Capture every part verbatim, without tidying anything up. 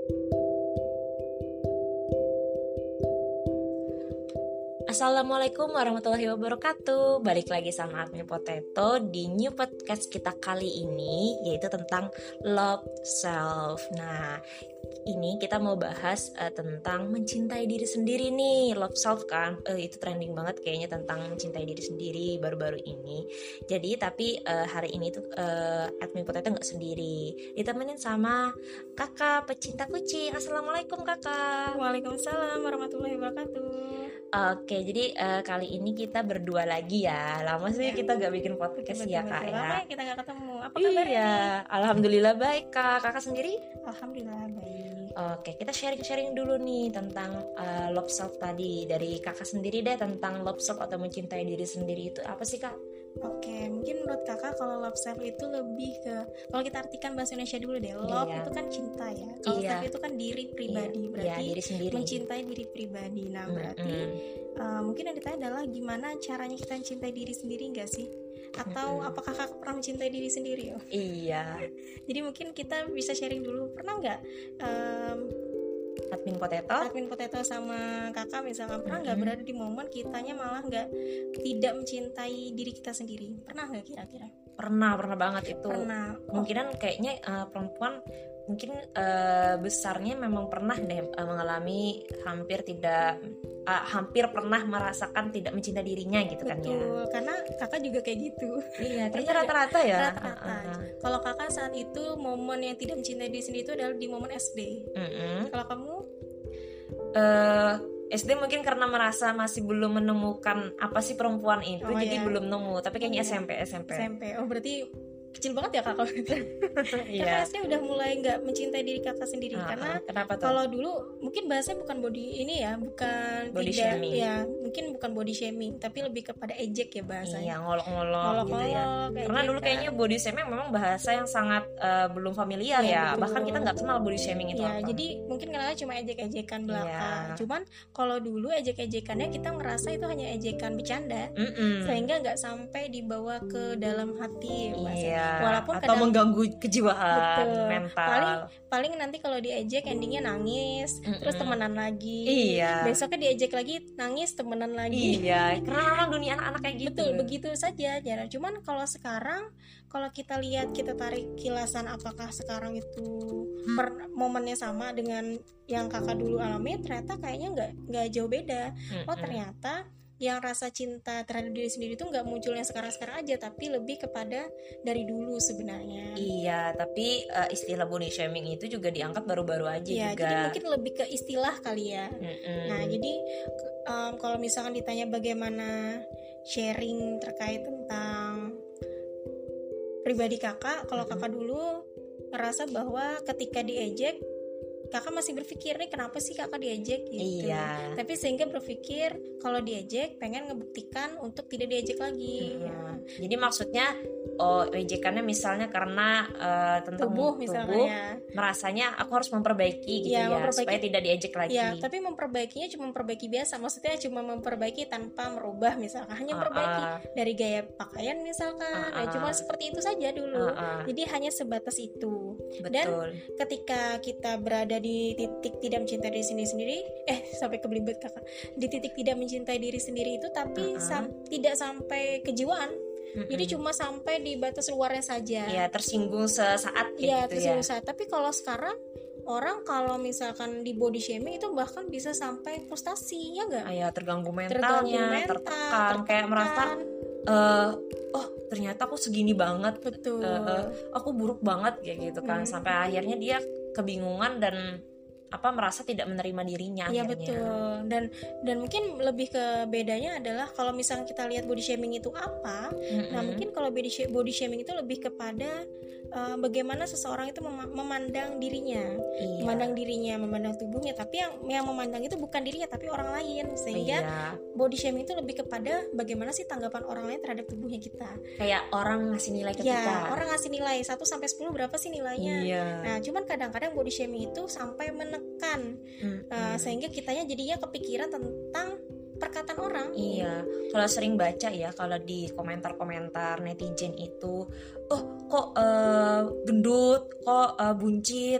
Assalamualaikum warahmatullahi wabarakatuh. Balik lagi sama Admin Potato di new podcast kita kali ini, yaitu tentang love self. Nah, ini kita mau bahas uh, tentang mencintai diri sendiri nih. Love self kan, uh, itu trending banget kayaknya tentang mencintai diri sendiri baru-baru ini. Jadi tapi uh, hari ini tuh uh, Admin Potato gak sendiri, ditemenin sama kakak pecinta kucing. Assalamualaikum kakak. Waalaikumsalam warahmatullahi wabarakatuh. Oke, jadi uh, kali ini kita berdua lagi ya. Lama sih ya. Kita gak bikin podcast ya kak ya. Lama ya kita gak ketemu. Apa kabar? Iya, alhamdulillah baik kak. Kakak sendiri? Alhamdulillah baik. Oke, kita sharing-sharing dulu nih tentang uh, love self tadi. Dari kakak sendiri deh, tentang love self atau mencintai diri sendiri itu apa sih kak? Oke, mungkin menurut kakak kalau love self itu lebih ke, kalau kita artikan bahasa Indonesia dulu deh, love iya. itu kan cinta ya. Kalau iya. self itu kan diri pribadi, iya. berarti iya, diri sendiri. Mencintai diri pribadi. Nah berarti mm-hmm. uh, mungkin yang ditanya adalah gimana caranya kita mencintai diri sendiri nggak sih? Atau mm-hmm. apakah kakak pernah mencintai diri sendiri? Oh? Iya. Jadi mungkin kita bisa sharing dulu, pernah nggak? Um, Admin Potato Admin Potato sama kakak misalkan pernah nggak mm-hmm. berada di momen kitanya malah nggak tidak mencintai diri kita sendiri, pernah nggak kira-kira? Pernah, pernah banget itu. Pernah. Kemungkinan kayaknya uh, perempuan mungkin uh, besarnya memang pernah deh uh, mengalami hampir tidak uh, hampir pernah merasakan tidak mencintai dirinya gitu. Betul, kan ya. Betul, karena kakak juga kayak gitu. Iya, kayaknya rata-rata ya. Rata-rata. Uh-uh. Kalau kakak saat itu momen yang tidak mencintai diri sendiri itu adalah di momen S D. Uh-uh. Kalau kamu? Uh, S D mungkin karena merasa masih belum menemukan apa sih perempuan itu, oh, jadi iya. belum nemu. Tapi kayaknya oh, iya. S M P, S M P. S M P. Oh berarti kecil banget ya kakak. Kakak S D udah mulai nggak mencintai diri kakak sendiri. uh, karena kalau dulu mungkin bahasanya bukan body ini ya, bukan body tidak shaming. Ya mungkin bukan body shaming, tapi lebih kepada ejek ya bahasanya. Iya, ngolok-ngolok gitu ya. Karena dulu kayaknya body shaming memang bahasa yang sangat uh, belum familiar ya, ya. Bahkan kita nggak kenal body shaming itu ya, apa. Jadi mungkin kenalnya cuma ejek-ejekan belaka. Ya. Cuman kalau dulu ejek-ejekannya kita ngerasa itu hanya ejekan bercanda, Mm-mm. sehingga nggak sampai dibawa ke dalam hati bahasanya. Iya. Walaupun atau kadang, mengganggu kejiwaan, betul. mental. Paling paling nanti kalau diejek endingnya nangis, Mm-mm. terus temenan lagi. Iya. Besoknya diejek lagi, nangis, temenan lagi. Iya. Karena memang dunia anak-anak kayak gitu. Betul, begitu saja. Jarang. Cuman kalau sekarang, kalau kita lihat, kita tarik kilasan apakah sekarang itu per, momennya sama dengan yang kakak dulu alami, ternyata kayaknya nggak nggak jauh beda. Mm-mm. Oh ternyata yang rasa cinta terhadap diri sendiri itu nggak munculnya sekarang-sekarang aja, tapi lebih kepada dari dulu sebenarnya. Iya, tapi uh, istilah body shaming itu juga diangkat baru-baru aja ya, juga. Jadi mungkin lebih ke istilah kali ya. Mm-mm. Nah, jadi um, kalau misalkan ditanya bagaimana sharing terkait tentang pribadi kakak, kalau Mm-mm. kakak dulu ngerasa bahwa ketika diejek kakak masih berpikir nih kenapa sih kakak diejek gitu. Iya. Tapi sehingga berpikir kalau diejek pengen ngebuktikan untuk tidak diejek lagi. Hmm. Ya. Jadi maksudnya oh ejekannya misalnya karena uh, tentang tubuh, tubuh misalnya ya. Merasanya aku harus memperbaiki gitu ya, ya memperbaiki, supaya tidak diejek lagi. Ya, tapi memperbaikinya cuma memperbaiki biasa, maksudnya cuma memperbaiki tanpa merubah misalkan, hanya memperbaiki uh, uh. dari gaya pakaian misalkan. Uh, uh. Nah, cuma seperti itu saja dulu. Uh, uh. Jadi hanya sebatas itu. Betul. Dan ketika kita berada di titik tidak mencintai diri sendiri sendiri, eh sampai kebelibet kakak. Di titik tidak mencintai diri sendiri itu tapi uh, uh. Sam, tidak sampai kejiwaan. Mm-mm. Jadi cuma sampai di batas luarnya saja. Ya, tersinggung sesaat ya, gitu tersinggung ya. Saat. Tapi kalau sekarang orang kalau misalkan di body shaming itu bahkan bisa sampai frustasi, ya enggak? Ah, ya, terganggu mentalnya, terganggu mental, tertekan, tertekan, kayak merasa uh, oh, ternyata aku segini banget. Betul. Uh, uh, aku buruk banget kayak gitu kan. Hmm. Sampai akhirnya dia kebingungan dan apa merasa tidak menerima dirinya ya, akhirnya. Betul. Dan dan mungkin lebih ke bedanya adalah kalau misalnya kita lihat body shaming itu apa, mm-hmm. nah mungkin kalau body body shaming itu lebih kepada uh, bagaimana seseorang itu mem- memandang dirinya, iya. memandang dirinya, memandang tubuhnya, tapi yang yang memandang itu bukan dirinya tapi orang lain, sehingga iya. body shaming itu lebih kepada bagaimana sih tanggapan orang lain terhadap tubuhnya kita. Kayak orang ngasih nilai ke ya, kita. Orang ngasih nilai satu sampai sepuluh berapa sih nilainya. Iya. Nah, cuman kadang-kadang body shaming itu sampai menekan kan hmm, uh, hmm. sehingga kitanya jadinya kepikiran tentang perkataan orang. Iya, kalau sering baca ya, kalau di komentar-komentar netizen itu, oh kok uh, gendut, kok uh, buncit,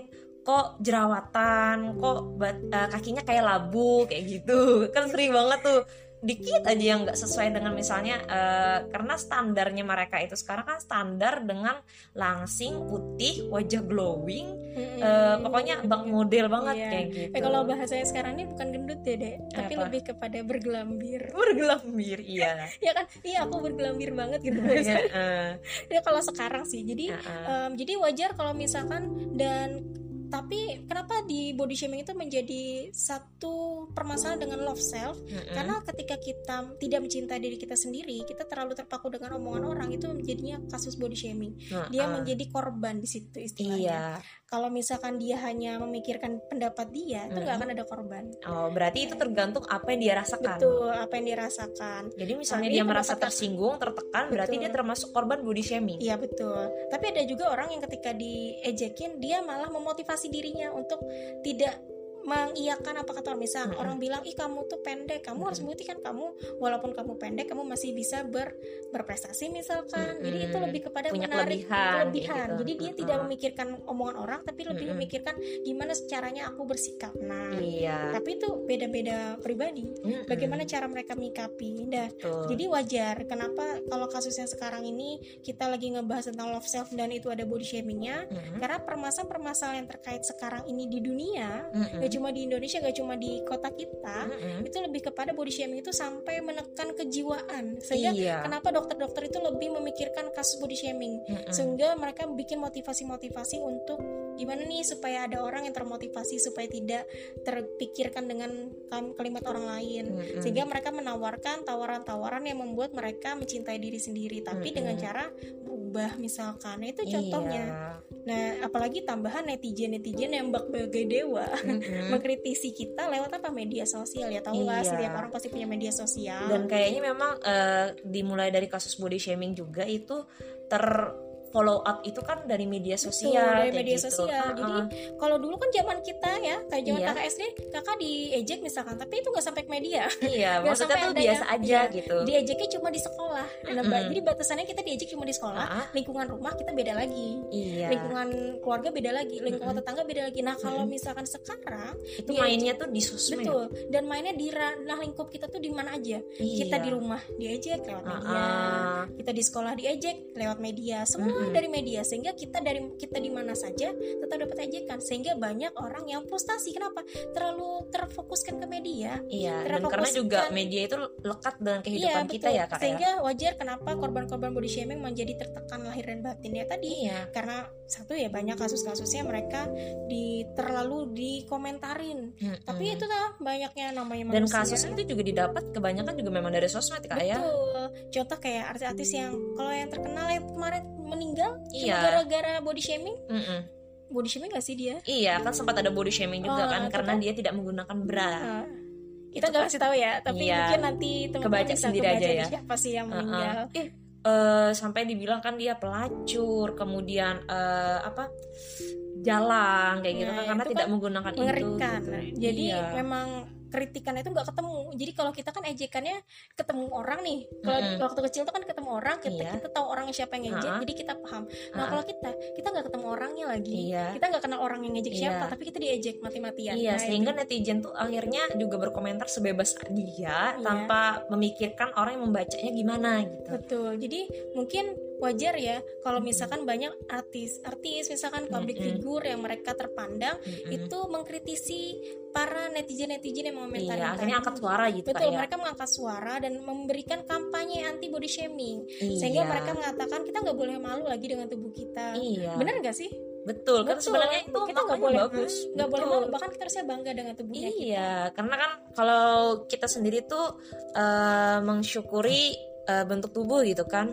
kok jerawatan, kok bat, uh, kakinya kayak labu kayak gitu. Kan sering banget tuh, dikit aja yang nggak sesuai dengan misalnya uh, karena standarnya mereka itu sekarang kan standar dengan langsing, putih, wajah glowing, hmm, uh, pokoknya bak model banget, iya, kayak gitu. Eh, kalau bahasanya sekarang ini bukan gendut ya deh, tapi apa? Lebih kepada bergelambir. Bergelambir, iya. Ya kan, iya aku bergelambir banget gitu. uh. Ya kalau sekarang sih, jadi uh-uh. um, jadi wajar kalau misalkan dan tapi kenapa di body shaming itu menjadi satu permasalahan dengan love self? Mm-hmm. Karena ketika kita tidak mencintai diri kita sendiri, kita terlalu terpaku dengan omongan orang, itu menjadinya kasus body shaming. Uh-uh. Dia menjadi korban di situ istilahnya. Iya. Kalau misalkan dia hanya memikirkan pendapat dia, itu nggak mm-hmm. akan ada korban. Oh, berarti itu tergantung apa yang dia rasakan. Betul, apa yang dia rasakan. Jadi misalnya nah, dia merasa tersinggung, tertekan, betul. Berarti dia termasuk korban body shaming. Iya betul. Tapi ada juga orang yang ketika diejekin, dia malah memotivasi dirinya untuk tidak mengiyakan apa kata orang. Misal mm-hmm. orang bilang, ih kamu tuh pendek, kamu mm-hmm. harus membuktikan kamu walaupun kamu pendek, kamu masih bisa ber, berprestasi misalkan. Mm-hmm. Jadi itu lebih kepada punya menarik kelebihan, kelebihan. gitu. Jadi dia mm-hmm. tidak memikirkan omongan orang, tapi lebih mm-hmm. memikirkan gimana caranya aku bersikap. Nah, iya. tapi itu beda-beda pribadi. Mm-hmm. Bagaimana cara mereka menyikapi. Nah, jadi wajar kenapa kalau kasusnya sekarang ini kita lagi ngebahas tentang love self dan itu ada body shamingnya, mm-hmm. karena permasalahan-permasalahan yang terkait sekarang ini di dunia, mm-hmm. cuma di Indonesia, gak cuma di kota kita, mm-hmm. itu lebih kepada body shaming itu sampai menekan kejiwaan, sehingga iya. kenapa dokter-dokter itu lebih memikirkan kasus body shaming, mm-hmm. sehingga mereka bikin motivasi-motivasi untuk gimana nih supaya ada orang yang termotivasi supaya tidak terpikirkan dengan kalimat orang lain, mm-hmm. sehingga mereka menawarkan tawaran-tawaran yang membuat mereka mencintai diri sendiri, tapi mm-hmm. dengan cara berubah misalkan. Nah, itu contohnya. Iya. Nah, apalagi tambahan netizen-netizen yang bak bagai dewa mm-hmm. mengkritisi kita lewat apa, media sosial ya, tahu lah iya. setiap orang pasti punya media sosial. Dan kayaknya memang uh, dimulai dari kasus body shaming juga itu ter follow up itu kan dari media sosial. Betul, dari media gitu. sosial. Uh-uh. Jadi kalau dulu kan zaman kita ya, kayak zaman iya. kakak S D, kakak diejek misalkan, tapi itu nggak sampai ke media. Iya, maksudnya tuh biasa yang, aja iya, gitu. Diejeknya cuma di sekolah. Mm-hmm. Nah, jadi batasannya kita diejek cuma di sekolah, uh-huh. lingkungan rumah kita beda lagi. Iya. Lingkungan keluarga beda lagi, lingkungan mm-hmm. tetangga beda lagi. Nah, kalau mm-hmm. misalkan sekarang itu mainnya tuh di sosmed. Betul. Dan mainnya di ranah lingkup kita tuh di mana aja. Iya. Kita di rumah diejek lewat media. Uh-uh. Kita di sekolah diejek lewat media. Semua mm-hmm. dari media. Sehingga kita dari kita di mana saja tetap dapat ejekan, sehingga banyak orang yang frustasi. Kenapa? Terlalu terfokuskan ke media. Iya. Dan karena juga media itu lekat dengan kehidupan iya, kita ya kak. Sehingga ya? wajar kenapa korban-korban body shaming menjadi tertekan lahir dan batinnya tadi. Iya. Karena satu ya banyak kasus-kasusnya mereka di terlalu dikomentarin. Mm-hmm. Tapi itu lah banyaknya namanya manusia. Dan kasus itu juga didapat kebanyakan juga memang dari sosmed kak. Betul. Ya. Contoh kayak artis-artis yang kalau yang terkenal yang kemarin meninggal iya. cuma gara-gara body shaming. Mm-mm. Body shaming gak sih dia? Iya, kan sempat ada body shaming juga oh, kan karena kan? dia tidak menggunakan bra. Nah, kita nggak kasih tahu ya, tapi iya. mungkin nanti teman-teman bisa sendiri kebaca aja ya. Siapa sih yang meninggal? Uh-uh. Eh, uh, sampai dibilang kan dia pelacur, kemudian uh, apa? Jalang kayak gitu nah, kan karena tidak kan menggunakan mengerikan. itu. Gitu. Jadi iya. memang kritikan itu nggak ketemu. Jadi kalau kita kan ejekannya ketemu orang nih. Kalau mm-hmm. waktu kecil tuh kan ketemu orang, kita iya. kita tahu orangnya siapa yang ngejek, uh-huh. jadi kita paham. Nah uh-huh. kalau kita kita nggak ketemu orangnya lagi, iya. kita nggak kenal orang yang ngejek iya. siapa, tapi kita diejek mati-matian. Iya, nah, sehingga itu. Netizen tuh akhirnya juga berkomentar sebebas dia iya. tanpa memikirkan orang yang membacanya gimana gitu. Betul. Jadi mungkin wajar ya kalau misalkan banyak artis-artis misalkan public mm-hmm. figure yang mereka terpandang mm-hmm. itu mengkritisi para netizen-netizen yang mengomentari. Iya, akhirnya angkat suara gitu. Betul, ya. mereka mengangkat suara dan memberikan kampanye anti body shaming. Iya. Sehingga mereka mengatakan kita nggak boleh malu lagi dengan tubuh kita. Iya. Benar nggak sih? Betul, kan sebenarnya itu kita nggak boleh bagus, nggak boleh malu, bahkan kita harusnya bangga dengan tubuhnya. Iya, kita. Karena kan kalau kita sendiri tuh uh, mensyukuri uh, bentuk tubuh gitu kan.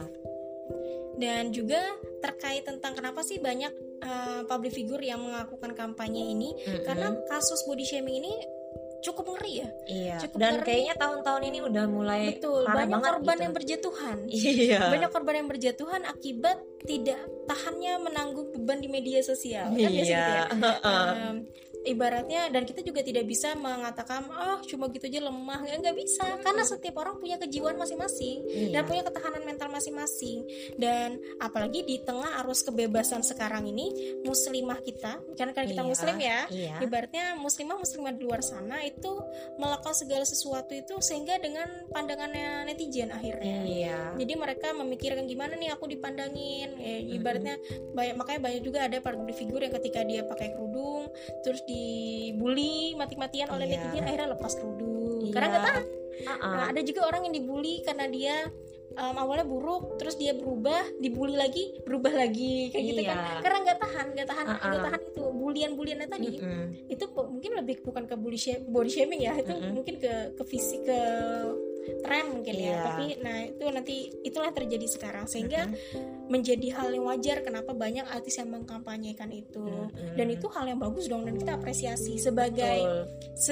Dan juga terkait tentang kenapa sih banyak uh, public figure yang melakukan kampanye ini, mm-hmm. karena kasus body shaming ini cukup ngeri ya. Iya. Cukup Dan ngeri. kayaknya tahun-tahun ini udah mulai betul parah banyak banget korban gitu. yang berjatuhan. Iya. Banyak korban yang berjatuhan akibat tidak tahannya menanggung beban di media sosial. Kan biasa Iya. gitu ya. Um, ibaratnya, dan kita juga tidak bisa mengatakan ah cuma gitu aja lemah, nggak nggak bisa, karena setiap orang punya kejiwaan masing-masing Iya. dan punya ketahanan mental masing-masing. Dan apalagi di tengah arus kebebasan sekarang ini, muslimah kita, karena kan kita Iya, muslim ya, iya. ibaratnya muslimah muslimah di luar sana itu melakukan segala sesuatu itu sehingga dengan pandangannya netizen akhirnya. Iya. Jadi mereka memikirkan gimana nih aku dipandangin, eh, ibaratnya banyak, makanya banyak juga ada public figure yang ketika dia pakai kerudung terus dibully mati-matian oleh Iya. netizen, akhirnya lepas kerudung Iya. karena nggak tahan. Uh-uh. Nah, ada juga orang yang dibully karena dia um, awalnya buruk, terus dia berubah, dibully lagi, berubah lagi kayak gitu Iya. kan, karena nggak tahan, nggak tahan, Uh-uh. nggak tahan itu bulian-buliannya tadi. Mm-mm. Itu po- mungkin lebih bukan ke bully sha- body shaming ya, itu Mm-mm. mungkin ke ke fisik, ke tren mungkin ya. Iya. Tapi nah itu nanti itulah yang terjadi sekarang, sehingga Mm-mm. menjadi hal yang wajar kenapa banyak artis yang mengkampanyekan itu. Mm-mm. Dan itu hal yang bagus dong, dan kita apresiasi sebagai Betul.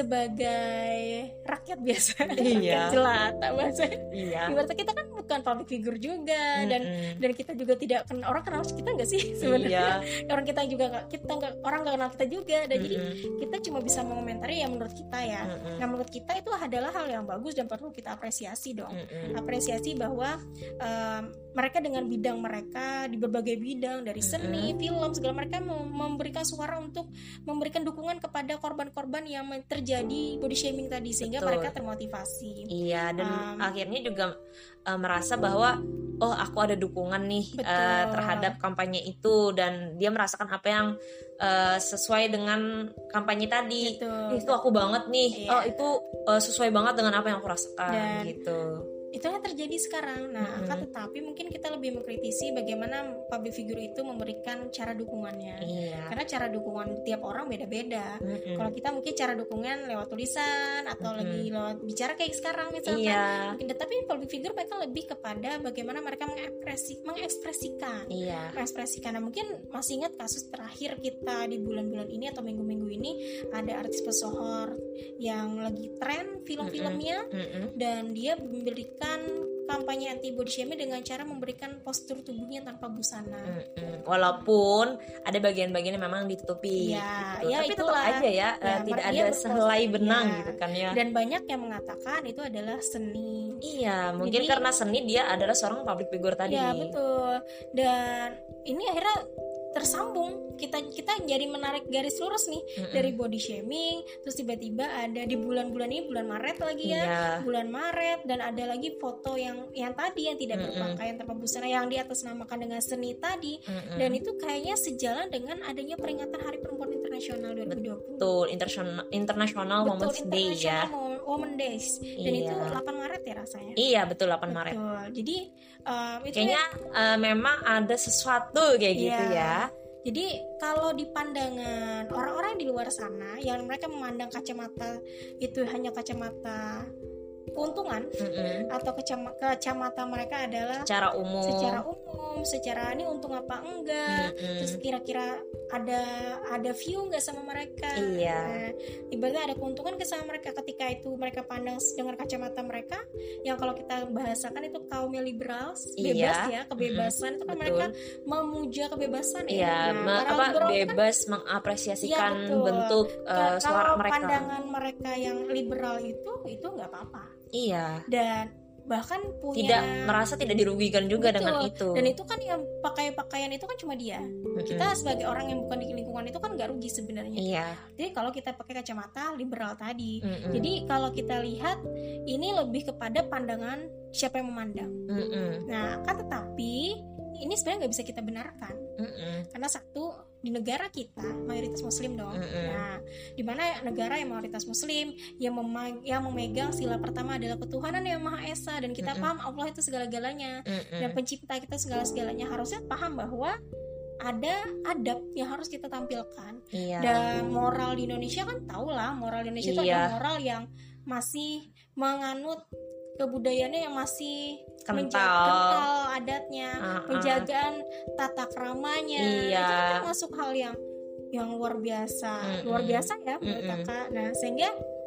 sebagai rakyat biasa, Iya. rakyat jelata bahasa. Iya. Ibaratnya kita kan bukan public figure juga, dan Mm-mm. dan kita juga tidak kenal, orang kenal kita nggak sih sebenarnya? Iya. Orang kita juga nggak, kita nggak, orang nggak kenal kita juga, dan jadi Mm-mm. kita cuma bisa mengomentari yang menurut kita ya. Mm-mm. Nah menurut kita itu adalah hal yang bagus dan perlu kita apresiasi dong. Mm-mm. Apresiasi bahwa um, mereka dengan bidang mereka di berbagai bidang, dari seni, film, segala, mereka mem- memberikan suara untuk memberikan dukungan kepada korban-korban yang men- terjadi body shaming tadi, sehingga Betul. mereka termotivasi. Iya, dan Um, akhirnya juga uh, merasa bahwa oh aku ada dukungan nih uh, Betul. terhadap kampanye itu, dan dia merasakan apa yang uh, sesuai dengan kampanye tadi. Betul. Itu aku banget nih. Iya. Oh itu uh, sesuai banget dengan apa yang aku rasakan Dan gitu. Itu yang terjadi sekarang. Nah, Mm-mm. akan tetapi mungkin kita lebih mengkritisi bagaimana public figure itu memberikan cara dukungannya. Iya. Karena cara dukungan tiap orang beda-beda. Mm-mm. Kalau kita mungkin cara dukungan lewat tulisan atau Mm-mm. lagi lewat bicara kayak sekarang misalkan. Iya. Mungkin, tapi public figure mereka lebih kepada bagaimana mereka mengekspresi, mengekspresikan. Iya. mengekspresikan. Nah, mungkin masih ingat kasus terakhir kita di bulan-bulan ini atau minggu-minggu ini, ada artis pesohor yang lagi tren film-filmnya, Mm-mm. dan dia memberikan kampanye anti body shaming dengan cara memberikan postur tubuhnya tanpa busana. Mm-mm. Walaupun ada bagian-bagian yang memang ditutupi, Ya, gitu. ya Tapi tetap itulah. aja ya, Ya, eh, tidak dia ada berpos- sehelai benang ya. gitu kan ya. Dan banyak yang mengatakan itu adalah seni. Iya, mungkin Jadi- karena seni dia adalah seorang public figure tadi. Ya betul. Dan ini akhirnya tersambung, kita kita jadi menarik garis lurus nih. Mm-mm. Dari body shaming, terus tiba-tiba ada di bulan-bulan ini, bulan Maret lagi ya, Iya. bulan Maret, dan ada lagi foto yang yang tadi yang tidak Mm-mm. berpakaian tanpa busana yang di atas namakan dengan seni tadi. Mm-mm. Dan itu kayaknya sejalan dengan adanya peringatan Hari Perempuan Internasional dua ribu dua puluh. Betul, International International Betul, Women's Day ya. International Wo- Women Days. Dan Iya. itu delapan Maret ya rasanya. Iya, betul delapan Maret. Betul. Jadi um, itu Kayaknya eh, memang ada sesuatu kayak gitu Iya. ya. Jadi kalau di pandangan orang-orang di luar sana yang mereka memandang kacamata itu hanya kacamata keuntungan, Mm-mm. atau kacama- kacamata mereka adalah Secara umum. secara umum, secara ini untung apa enggak, Mm-mm. terus kira-kira ada ada view nggak sama mereka. Iya. Nah, ibaratnya ada keuntungan ke sama mereka ketika itu mereka pandang dengan kacamata mereka yang kalau kita bahasakan itu kaum liberal, bebas Iya. ya, kebebasan itu kan Betul. mereka memuja kebebasan ya. Iya, Nah, me- para apa liberal itu kan, bebas Iya, mengapresiasikan betul. bentuk eh, Ka- suara kalau mereka. pandangan mereka yang liberal itu itu nggak apa-apa, Iya. dan bahkan punya Tidak merasa tidak dirugikan juga Betul. dengan itu. Dan itu kan yang pakai pakaian itu kan cuma dia. Mm-mm. Kita sebagai orang yang bukan di lingkungan itu kan nggak rugi sebenarnya. Iya. Jadi kalau kita pakai kacamata liberal tadi, Mm-mm. jadi kalau kita lihat ini lebih kepada pandangan siapa yang memandang. Mm-mm. Nah, kan tetapi ini sebenarnya nggak bisa kita benarkan Mm-mm. karena satu, di negara kita mayoritas muslim dong. Mm-mm. Nah, di mana negara yang mayoritas muslim yang mema- yang memegang sila pertama adalah ketuhanan yang maha esa, dan kita Mm-mm. paham Allah itu segala-galanya Mm-mm. dan pencipta kita segala-segalanya, harusnya paham bahwa ada adab yang harus kita tampilkan. Iya. Dan moral di Indonesia kan tau lah, moral di Indonesia itu Iya. ada moral yang masih menganut kebudayaannya yang masih Kental. menjaga kental adatnya, Uh-uh. penjagaan tata keramanya. Iya. Itu kan termasuk hal yang yang luar biasa, Mm-mm. luar biasa ya menurut Mm-mm. kakak. Nah, sehingga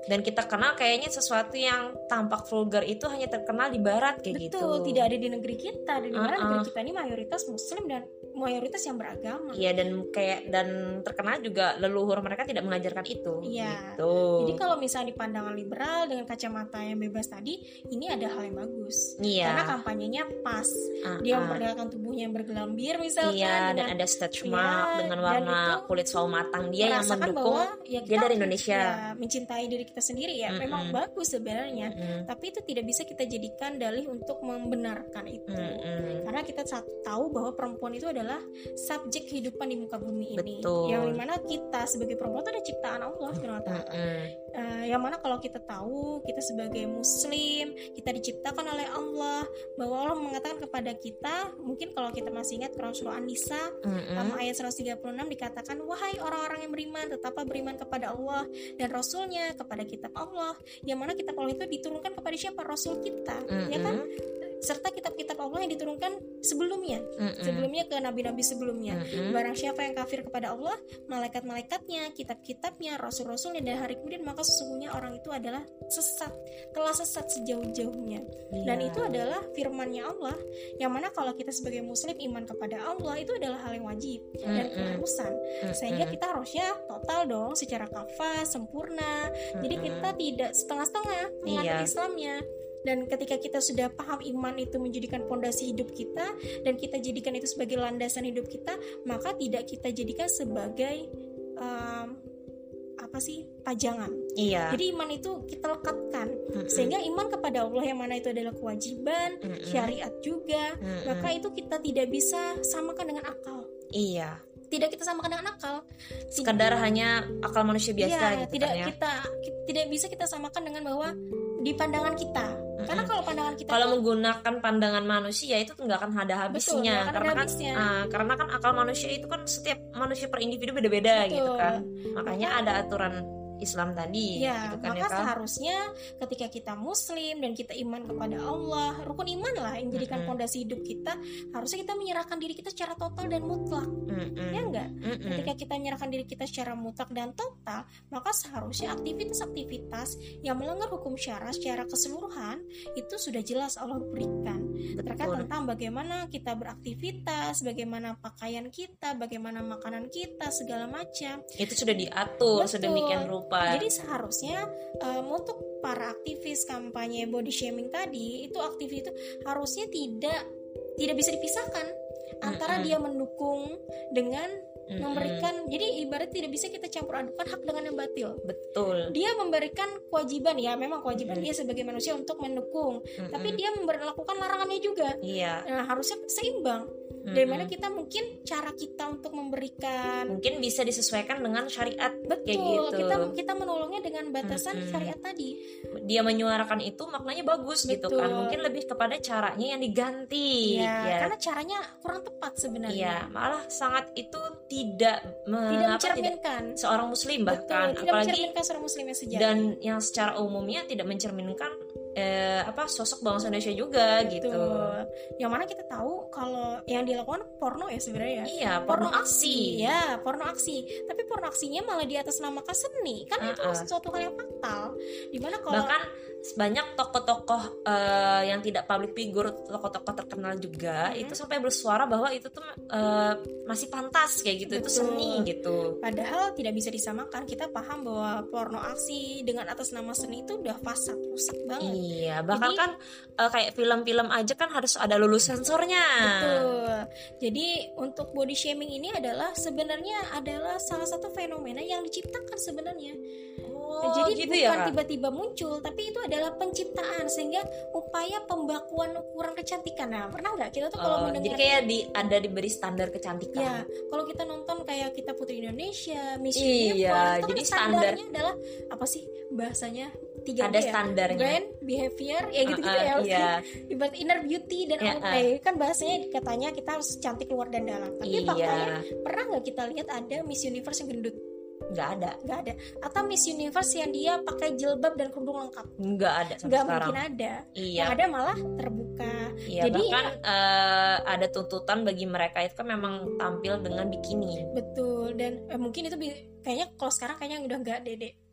Dan kita kenal kayaknya sesuatu yang tampak vulgar itu hanya terkenal di barat kayak Betul, gitu. Betul, tidak ada di negeri kita. Dan di mana uh-uh. negeri kita ini mayoritas muslim dan mayoritas yang beragama. Iya, dan kayak dan terkenal juga leluhur mereka tidak mengajarkan itu. Iya. Gitu. Jadi kalau misalnya di pandangan liberal dengan kacamata yang bebas tadi, ini ada hal yang bagus. Iya. Karena kampanyenya pas. Uh-uh. Dia memperlihatkan tubuhnya yang bergelambir misalkan. Iya, dengan, dan ada stretch mark iya, dengan warna kulit sawo matang dia yang mendukung bahwa, ya, dia dari Indonesia. Ya, mencintai diri kita sendiri ya. Mm-mm. Memang bagus sebenarnya. Mm-mm. Tapi itu tidak bisa kita jadikan dalih untuk membenarkan itu. Mm-mm. Karena kita tahu bahwa perempuan itu adalah subjek kehidupan di muka bumi ini. Betul. Yang dimana kita sebagai perempuan itu ada ciptaan Allah subhanahu wa taala. Uh, yang mana kalau kita tahu kita sebagai muslim, kita diciptakan oleh Allah, bahwa Allah mengatakan kepada kita, mungkin kalau kita masih ingat Quran surah An-Nisa um, ayat seratus tiga puluh enam dikatakan, wahai orang-orang yang beriman, tetaplah beriman kepada Allah dan Rasulnya, kepada kitab Allah. Yang mana kitab Allah itu diturunkan kepada siapa? Rasul kita, mm-hmm. ya kan? Serta kitab-kitab Allah yang diturunkan sebelumnya, mm-hmm. sebelumnya ke nabi-nabi sebelumnya. Mm-hmm. Barang siapa yang kafir kepada Allah, malaikat-malaikatnya, kitab-kitabnya, rasul-rasulnya, dan hari kemudian, maka sesungguhnya orang itu adalah sesat, telah sesat sejauh-jauhnya. Yeah. Dan itu adalah firman-Nya Allah, yang mana kalau kita sebagai muslim iman kepada Allah itu adalah hal yang wajib mm-hmm. dan keharusan. Mm-hmm. Sehingga kita harusnya total dong, secara kafah, sempurna. Mm-hmm. Jadi kita tidak setengah-setengah mengerti yeah. Islamnya. Dan ketika kita sudah paham iman itu menjadikan pondasi hidup kita, dan kita jadikan itu sebagai landasan hidup kita, maka tidak kita jadikan sebagai um, apa sih pajangan. Iya. Jadi iman itu kita lekatkan, mm-mm. sehingga iman kepada Allah yang mana itu adalah kewajiban, mm-mm. syariat juga, mm-mm. maka itu kita tidak bisa samakan dengan akal. Iya. Tidak kita samakan dengan akal. Sekadar hanya akal manusia biasa. Iya, gitu tidak kan, ya? kita tidak bisa kita samakan dengan bahwa di pandangan kita. Mm-hmm. Karena kalau pandangan kita kalau menggunakan pandangan manusia itu nggak akan ada habisnya. Betul, karena ada kan habisnya. Uh, karena kan akal manusia itu kan setiap manusia per individu beda-beda. Betul. Gitu kan. Makanya Maka, ada aturan Islam tadi, ya, gitu kan, maka ya, seharusnya ketika kita muslim dan kita iman kepada Allah, rukun iman lah yang jadikan fondasi hidup kita, harusnya kita menyerahkan diri kita secara total dan mutlak. Mm-mm. Ya enggak? Mm-mm. Ketika kita menyerahkan diri kita secara mutlak dan total, maka seharusnya aktivitas-aktivitas yang melanggar hukum syara secara keseluruhan itu sudah jelas Allah berikan. Betul. Terkait tentang bagaimana kita beraktivitas, bagaimana pakaian kita, bagaimana makanan kita, segala macam. Itu sudah diatur sedemikian rupa. Jadi seharusnya um, untuk para aktivis kampanye body shaming tadi, itu aktivis itu harusnya tidak tidak bisa dipisahkan antara mm-hmm. dia mendukung dengan mm-hmm. memberikan. Jadi ibarat tidak bisa kita campur adukan hak dengan yang batil. Betul. Dia memberikan kewajiban, ya memang kewajiban mm-hmm. dia sebagai manusia untuk mendukung, mm-hmm. tapi dia melakukan larangannya juga. Iya. Nah, harusnya seimbang. Mm-hmm. Dari mana kita mungkin cara kita untuk memberikan mungkin bisa disesuaikan dengan syariat. Betul, kayak gitu. kita kita menolongnya dengan batasan mm-hmm. syariat tadi. Dia menyuarakan itu maknanya bagus. Betul. Gitu kan. Mungkin lebih kepada caranya yang diganti. Ya, ya. Karena caranya kurang tepat sebenarnya. Iya, malah sangat itu tidak me, tidak apa, mencerminkan tidak, seorang muslim bahkan. Betul, tidak apalagi mencerminkan seorang muslim yang sejati. Dan yang secara umumnya tidak mencerminkan eh, apa sosok bangsa Indonesia juga. Betul. Gitu. Yang mana kita tahu kalau yang dilakukan porno ya sebenarnya. Iya, porno, porno aksi. Ya, porno aksi. Tapi porno aksinya malah di atas namakan seni. Kan uh-uh. itu sesuatu hal yang fatal. Dimana kalau bahkan banyak tokoh-tokoh uh, yang tidak public figure, tokoh-tokoh terkenal juga hmm. itu sampai bersuara bahwa itu tuh uh, masih pantas kayak gitu. Betul. Itu seni gitu. Padahal tidak bisa disamakan. Kita paham bahwa porno aksi dengan atas nama seni itu udah fasad, rusak banget. Iya, bahkan Jadi, kan uh, kayak film-film aja kan harus ada lulus sensornya. Betul. Jadi untuk body shaming ini adalah sebenarnya adalah salah satu fenomena yang diciptakan sebenarnya. Oh, jadi gitu bukan ya, tiba-tiba muncul, tapi itu adalah penciptaan sehingga upaya pembakuan ukuran kecantikan. Nah, pernah nggak kita tuh kalau oh, mendengar jadi kayak di ada diberi standar kecantikan. Ya, kalau kita nonton kayak kita Putri Indonesia, Miss iya, Universe, itu jadi kan standar standarnya adalah apa sih bahasanya? Tiga ada ya? Standarnya. Brand, behavior, ya gitu-gitu uh, uh, ya. Iya. Ibarat inner beauty dan yeah, outer. Uh. Kan bahasanya katanya kita harus cantik luar dan dalam. Tapi iya. faktanya pernah nggak kita lihat ada Miss Universe yang gendut? Nggak ada. Nggak ada. Atau Miss Universe yang dia pakai jilbab dan kerudung lengkap? Nggak ada. Nggak mungkin ada. Iya. Yang ada malah terbuka. Iya, jadi bahkan uh, ada tuntutan bagi mereka itu kan memang tampil dengan bikini. Betul. Dan eh, mungkin itu kayaknya kalau sekarang kayaknya udah nggak dede.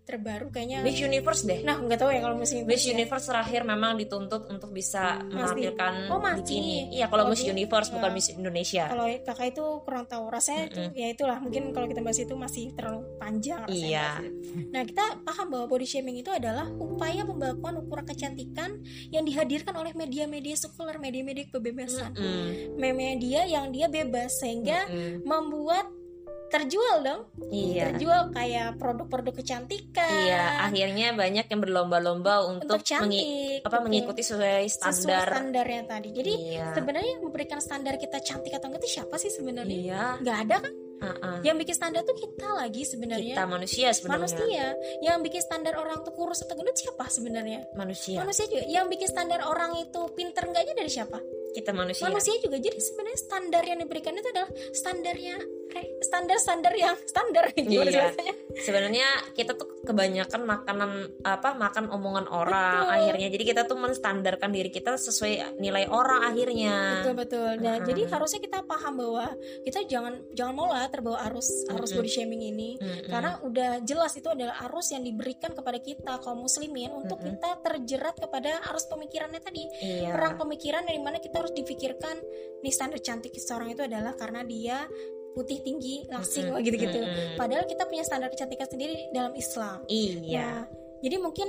terbaru kayaknya Miss Universe deh. Nah nggak tahu ya kalau Miss Universe. Miss Universe ya. Terakhir memang dituntut untuk bisa menampilkan oh, bikini. Iya kalau oh, Miss Universe ya. Bukan Miss Indonesia. Kalau kakak itu kurang tahu rasanya mm-hmm. itu ya itulah mungkin kalau kita bahas itu masih terlalu panjang rasanya. Iya. Nah kita paham bahwa body shaming itu adalah upaya pembekuan ukuran kecantikan yang dihadirkan oleh media-media sekuler, media-media kebebasan, mm-hmm. media yang dia bebas sehingga mm-hmm. membuat terjual dong, iya. terjual kayak produk-produk kecantikan. Iya, akhirnya banyak yang berlomba-lomba untuk, untuk cantik, mengi- apa, mengikuti sesuai standar. Sesuai standarnya tadi. Jadi iya. sebenarnya yang memberikan standar kita cantik atau enggak itu siapa sih sebenarnya? Iya. Gak ada kan? Uh-uh. Yang bikin standar tuh kita lagi sebenarnya. Kita manusia sebenarnya. Manusia. Yang bikin standar orang tuh kurus atau gendut siapa sebenarnya? Manusia. Manusia juga. Yang bikin standar orang itu pinter enggaknya dari siapa? Kita manusia. Manusia juga. Jadi sebenarnya standar yang diberikan itu adalah standarnya standar-standar yang standar. Iya. Sebenarnya kita tuh kebanyakan makanan apa makan omongan orang. Betul. Akhirnya jadi kita tuh menstandarkan diri kita sesuai nilai orang akhirnya. Betul betul. Nah, uh-huh. jadi harusnya kita paham bahwa kita jangan jangan mau lah terbawa arus arus uh-huh. body shaming ini, uh-huh. karena udah jelas itu adalah arus yang diberikan kepada kita kaum muslimin untuk uh-huh. kita terjerat kepada arus pemikirannya tadi. Iya. Perang pemikiran dari mana kita harus dipikirkan nih standar cantik seseorang itu adalah karena dia putih tinggi langsing mm-hmm. gitu-gitu. Mm-hmm. Padahal kita punya standar kecantikan sendiri dalam Islam. Iya. Nah, jadi mungkin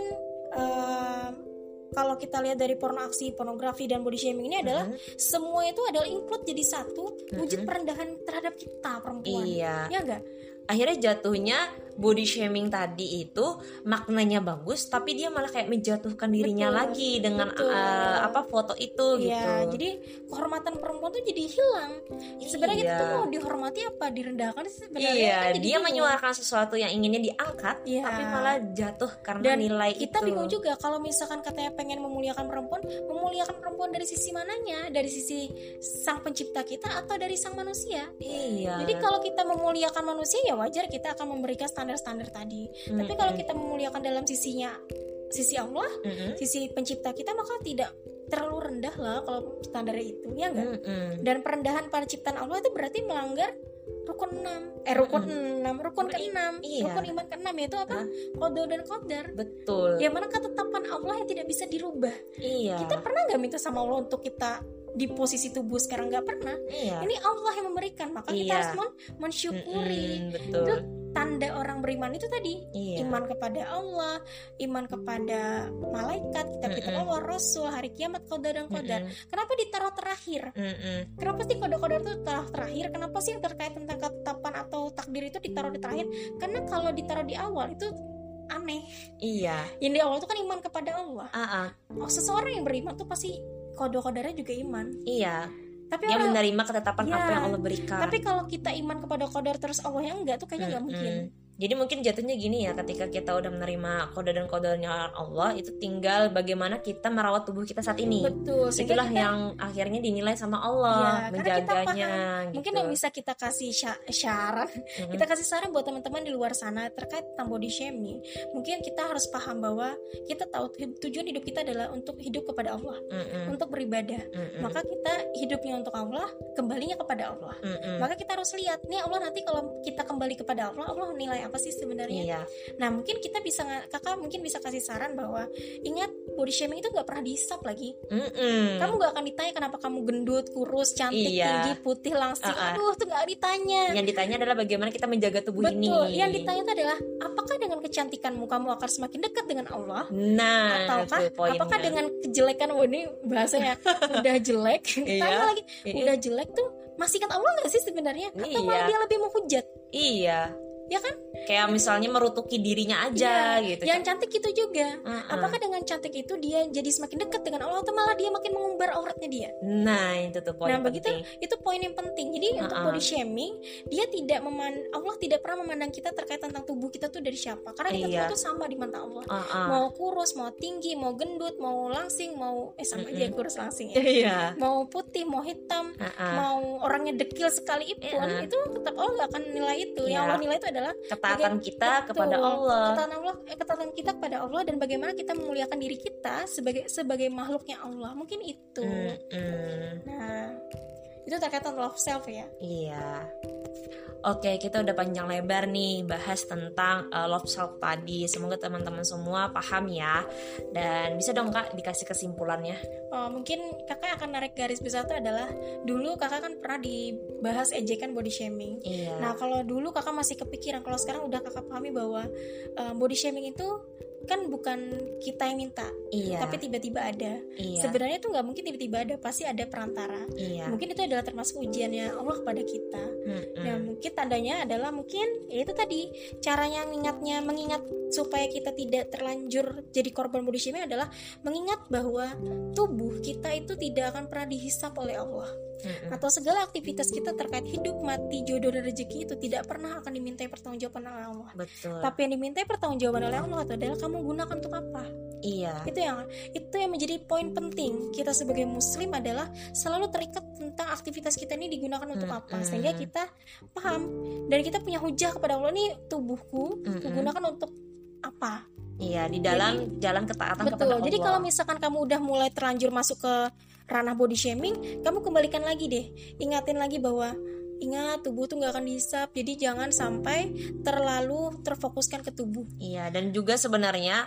uh, kalau kita lihat dari porno aksi, pornografi dan body shaming ini adalah mm-hmm. semua itu adalah include jadi satu wujud mm-hmm. perendahan terhadap kita perempuan. Iya. Ya enggak? Akhirnya jatuhnya body shaming tadi itu maknanya bagus tapi dia malah kayak menjatuhkan dirinya betul, lagi dengan uh, apa foto itu iya, gitu. Jadi kehormatan perempuan tuh jadi hilang. Sebenarnya iya. kita tuh mau dihormati apa direndahkan sebenarnya? Iya, kan dia bingung. Menyuarakan sesuatu yang inginnya diangkat iya. tapi malah jatuh karena dan nilai kita itu. bingung juga kalau misalkan katanya pengen memuliakan perempuan, memuliakan perempuan dari sisi mananya? Dari sisi sang pencipta kita atau dari sang manusia? Iya. Jadi kalau kita memuliakan manusia ya wajar kita akan memberikan standar-standar tadi. Mm-hmm. Tapi kalau kita memuliakan dalam sisinya sisi Allah, mm-hmm. sisi pencipta kita, maka tidak terlalu rendah lah kalau standarnya itu, ya enggak? Mm-hmm. Dan perendahan pada ciptaan Allah itu berarti melanggar rukun enam. Eh rukun mm-hmm. enam, rukun keenam, iya. rukun iman keenam yaitu apa? Qada dan qadar. Betul. Yang mana ketetapan Allah yang tidak bisa dirubah. Iya. Kita pernah enggak minta sama Allah untuk kita di posisi tubuh sekarang? Nggak pernah. Iya. Ini Allah yang memberikan, maka iya. kita harus men- mensyukuri. Mm-mm, betul. Itu tanda orang beriman itu tadi, iya. iman kepada Allah, iman kepada malaikat, kitab-kitab Allah, Rasul, hari kiamat, qada dan qadar. Kenapa ditaruh terakhir? Mm-mm. Kenapa sih qada-qadar itu taruh terakhir? Kenapa sih terkait tentang ketetapan atau takdir itu ditaruh di terakhir? Karena kalau ditaruh di awal itu aneh. Iya. Yang di awal itu kan iman kepada Allah. Uh-uh. Oh, seseorang yang beriman tuh pasti qada-qadarnya juga iman. Iya. Tapi yang orang, menerima ketetapan ya, apa yang Allah berikan. Tapi kalau kita iman kepada qadar terus Allah yang enggak tuh kayaknya enggak mm-hmm. mungkin. Jadi mungkin jatuhnya gini ya, ketika kita udah menerima qada dan qadarnya Allah, itu tinggal bagaimana kita merawat tubuh kita saat ini. Betul. Itulah kita, yang akhirnya dinilai sama Allah, ya, menjaganya. Gitu. Mungkin yang bisa kita kasih syarat, mm-hmm. kita kasih saran buat teman-teman di luar sana terkait tentang body shaming. Mungkin kita harus paham bahwa kita tahu tujuan hidup kita adalah untuk hidup kepada Allah, mm-hmm. untuk beribadah. Mm-hmm. Maka kita hidupnya untuk Allah, kembalinya kepada Allah. Mm-hmm. Maka kita harus lihat nih Allah nanti kalau kita kembali kepada Allah, Allah nilai apa sih sebenarnya? Iya. Nah mungkin kita bisa kakak mungkin bisa kasih saran bahwa ingat body shaming itu nggak pernah dihisap lagi. Mm-mm. Kamu nggak akan ditanya kenapa kamu gendut, kurus, cantik, iya. tinggi, putih, langsing. Uh-uh. Aduh tuh nggak ditanya. Yang ditanya adalah bagaimana kita menjaga tubuh Betul. ini. Betul. Yang ditanya itu adalah apakah dengan kecantikanmu kamu akan semakin dekat dengan Allah? Nah, ataukah apakah dengan kejelekan? Oh ini bahasanya udah jelek. Ditanya iya. lagi udah jelek tuh masih ingat Allah nggak sih sebenarnya? Atau iya. malah dia lebih menghujat? Iya. Ya kan? Kayak misalnya merutuki dirinya aja iya, gitu. Yang cantik itu juga. Uh-uh. Apakah dengan cantik itu dia jadi semakin dekat dengan Allah atau malah dia makin mengumbar auratnya dia? Nah, itu tuh poin nah, penting. Nah, begitu itu poin yang penting. Jadi uh-uh. untuk body shaming, dia tidak meman Allah tidak pernah memandang kita terkait tentang tubuh kita tuh dari siapa. Karena kita iya. tuh sama di mata Allah. Uh-uh. Mau kurus, mau tinggi, mau gendut, mau langsing, mau eh sama uh-uh. aja kurus langsing ya. Iya. Mau putih, mau hitam, uh-uh. mau orangnya dekil sekalipun, uh-uh. itu tetap Allah enggak akan nilai itu. Yang Allah nilai itu adalah ketaatan kita betul, kepada Allah. Ketaatan Allah, eh, ketaatan kita kepada Allah dan bagaimana kita memuliakan diri kita sebagai sebagai makhluknya Allah. Mungkin itu. Mm-hmm. Nah, itu terkait dengan love self ya. Iya. Oke, kita udah panjang lebar nih bahas tentang uh, love self tadi. Semoga teman-teman semua paham ya. Dan bisa dong Kak dikasih kesimpulannya. Oh, mungkin kakak akan narik garis besar itu adalah dulu kakak kan pernah dibahas ejekan body shaming. Iya. Nah kalau dulu kakak masih kepikiran, kalau sekarang udah kakak pahami bahwa uh, body shaming itu kan bukan kita yang minta, iya. tapi tiba-tiba ada. Iya. Sebenarnya itu nggak mungkin tiba-tiba ada, pasti ada perantara. Iya. Mungkin itu adalah termasuk ujiannya Allah kepada kita. Mm-mm. Nah mungkin tandanya adalah mungkin ya itu tadi caranya mengingatnya, mengingat supaya kita tidak terlanjur jadi korban body shaming adalah mengingat bahwa tubuh kita itu tidak akan pernah dihisap oleh Allah. Mm-mm. Atau segala aktivitas kita terkait hidup, mati, jodoh dan rezeki itu tidak pernah akan dimintai pertanggungjawaban oleh Allah. Betul. Tapi yang dimintai pertanggungjawaban oleh Allah itu adalah kamu gunakan untuk apa? Iya. Itu yang itu yang menjadi poin penting kita sebagai muslim adalah selalu terikat tentang aktivitas kita ini digunakan untuk Mm-mm. apa, sehingga kita paham dan kita punya hujah kepada Allah, nih tubuhku Mm-mm. digunakan untuk apa? Iya, di dalam jadi, jalan ketaatan betul, kepada Allah. Jadi kalau misalkan kamu udah mulai terlanjur masuk ke ranah body shaming, kamu kembalikan lagi deh, ingatin lagi bahwa ingat tubuh tuh nggak akan dihisap, jadi jangan sampai terlalu terfokuskan ke tubuh. Iya, dan juga sebenarnya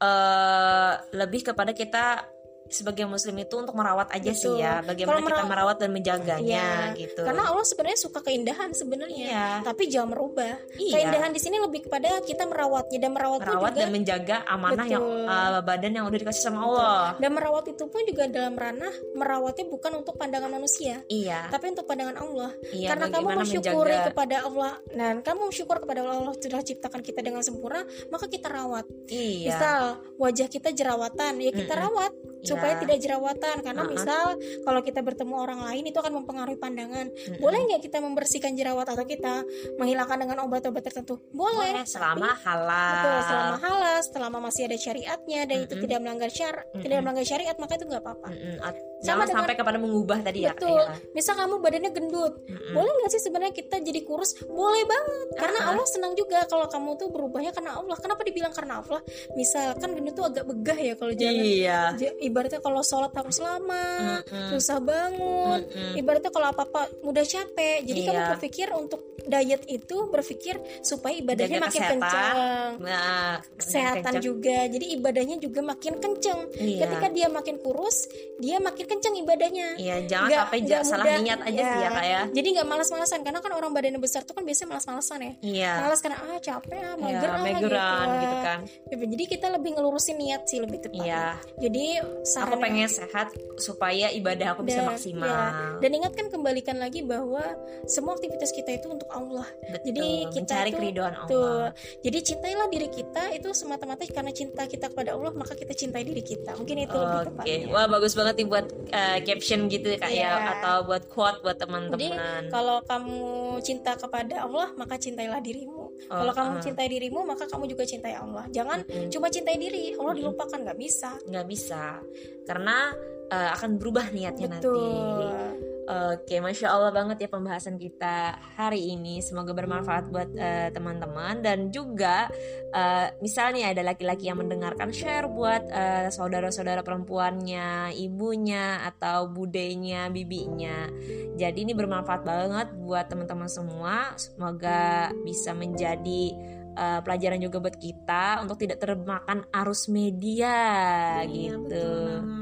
uh, lebih kepada kita sebagai muslim itu untuk merawat aja. Betul. Sih ya, bagaimana kalau kita merawat dan menjaganya, iya, gitu. Karena Allah sebenarnya suka keindahan sebenarnya, iya. tapi jangan merubah. Iya. Keindahan di sini lebih kepada kita merawatnya, dan merawat, merawat juga, dan menjaga amanah. Betul. Yang uh, badan yang udah dikasih sama Allah. Betul. Dan merawat itu pun juga dalam ranah merawatnya bukan untuk pandangan manusia, iya. tapi untuk pandangan Allah. Iya, karena kamu mensyukuri menjaga. kepada Allah, dan kamu syukur kepada Allah, Allah sudah ciptakan kita dengan sempurna, maka kita rawat. Iya. Misal wajah kita jerawatan, ya kita Mm-mm. rawat supaya ya. tidak jerawatan, karena uh-uh. misal kalau kita bertemu orang lain itu akan mempengaruhi pandangan. Mm-hmm. Boleh nggak kita membersihkan jerawat atau kita menghilangkan dengan obat-obat tertentu? Boleh, Boleh selama tapi, halal. Betul, selama halal, selama masih ada syariatnya dan Mm-hmm. itu tidak melanggar syar, mm-hmm. tidak melanggar syariat, maka itu nggak apa-apa. Mm-hmm. Sama dengan, sampai kepada mengubah tadi ya. Betul. Ya. Misal kamu badannya gendut, mm-hmm. boleh nggak sih sebenarnya kita jadi kurus? Boleh banget, karena uh-huh. Allah senang juga kalau kamu tuh berubahnya karena Allah. Kenapa dibilang karena Allah? Misal kan gendut tuh agak begah ya kalau jalan. Iya. Ibaratnya kalau sholat harus lama, mm-hmm. susah bangun. Mm-hmm. Ibaratnya kalau apa-apa mudah capek. Jadi iya. kamu berpikir untuk diet itu berpikir supaya ibadahnya jaga makin kesehatan. kencang, nah, kesehatan kencang. juga. Jadi ibadahnya juga makin kencang. Iya. Ketika dia makin kurus, dia makin kencang ibadahnya. Iya, jangan gak, sampai gak salah mudah, niat aja ya. sih ya Kak ya. Jadi nggak malas-malasan, karena kan orang badannya besar tuh kan biasanya malas-malasan ya. Iya. Malas karena ah capek ah, mager ya, ah mageran, gitu. gitu kan. Jadi kita lebih ngelurusin niat sih lebih tepat. Iya. Jadi aku pengen sehat supaya ibadah aku bisa dan, maksimal. Ya. Dan ingatkan kembalikan lagi bahwa semua aktivitas kita itu untuk Allah. Betul. Jadi kita mencari itu, keridhaan Allah. Tuh. Jadi cintailah diri kita itu semata-mata karena cinta kita kepada Allah, maka kita cintai diri kita. Mungkin itu oh, lebih Oke, tepatnya. Wah bagus banget nih buat uh, caption gitu ya Kak yeah. ya, atau buat quote buat teman-teman. Jadi kalau kamu cinta kepada Allah, maka cintailah dirimu. Oh, kalau kamu uh. cintai dirimu, maka kamu juga cintai Allah. Jangan mm-hmm. cuma cintai diri, Allah dilupakan, nggak bisa. Nggak bisa, karena uh, akan berubah niatnya. Betul. Nanti. Oke, Masya Allah banget ya pembahasan kita hari ini. Semoga bermanfaat buat uh, teman-teman. Dan juga uh, misalnya ada laki-laki yang mendengarkan, share buat uh, saudara-saudara perempuannya, ibunya, atau budenya, bibinya. Jadi ini bermanfaat banget buat teman-teman semua. Semoga bisa menjadi uh, pelajaran juga buat kita untuk tidak termakan arus media. Iya, gitu. Betul.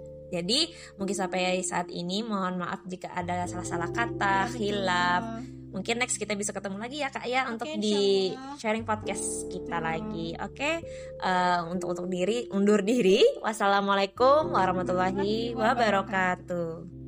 Jadi mungkin sampai saat ini mohon maaf jika ada salah-salah kata, ya, hilaf. Mungkin next kita bisa ketemu lagi ya Kak ya, okay, untuk di sharing podcast kita hmm. lagi. Oke, okay? uh, untuk untuk diri undur diri. Wassalamualaikum warahmatullahi wabarakatuh.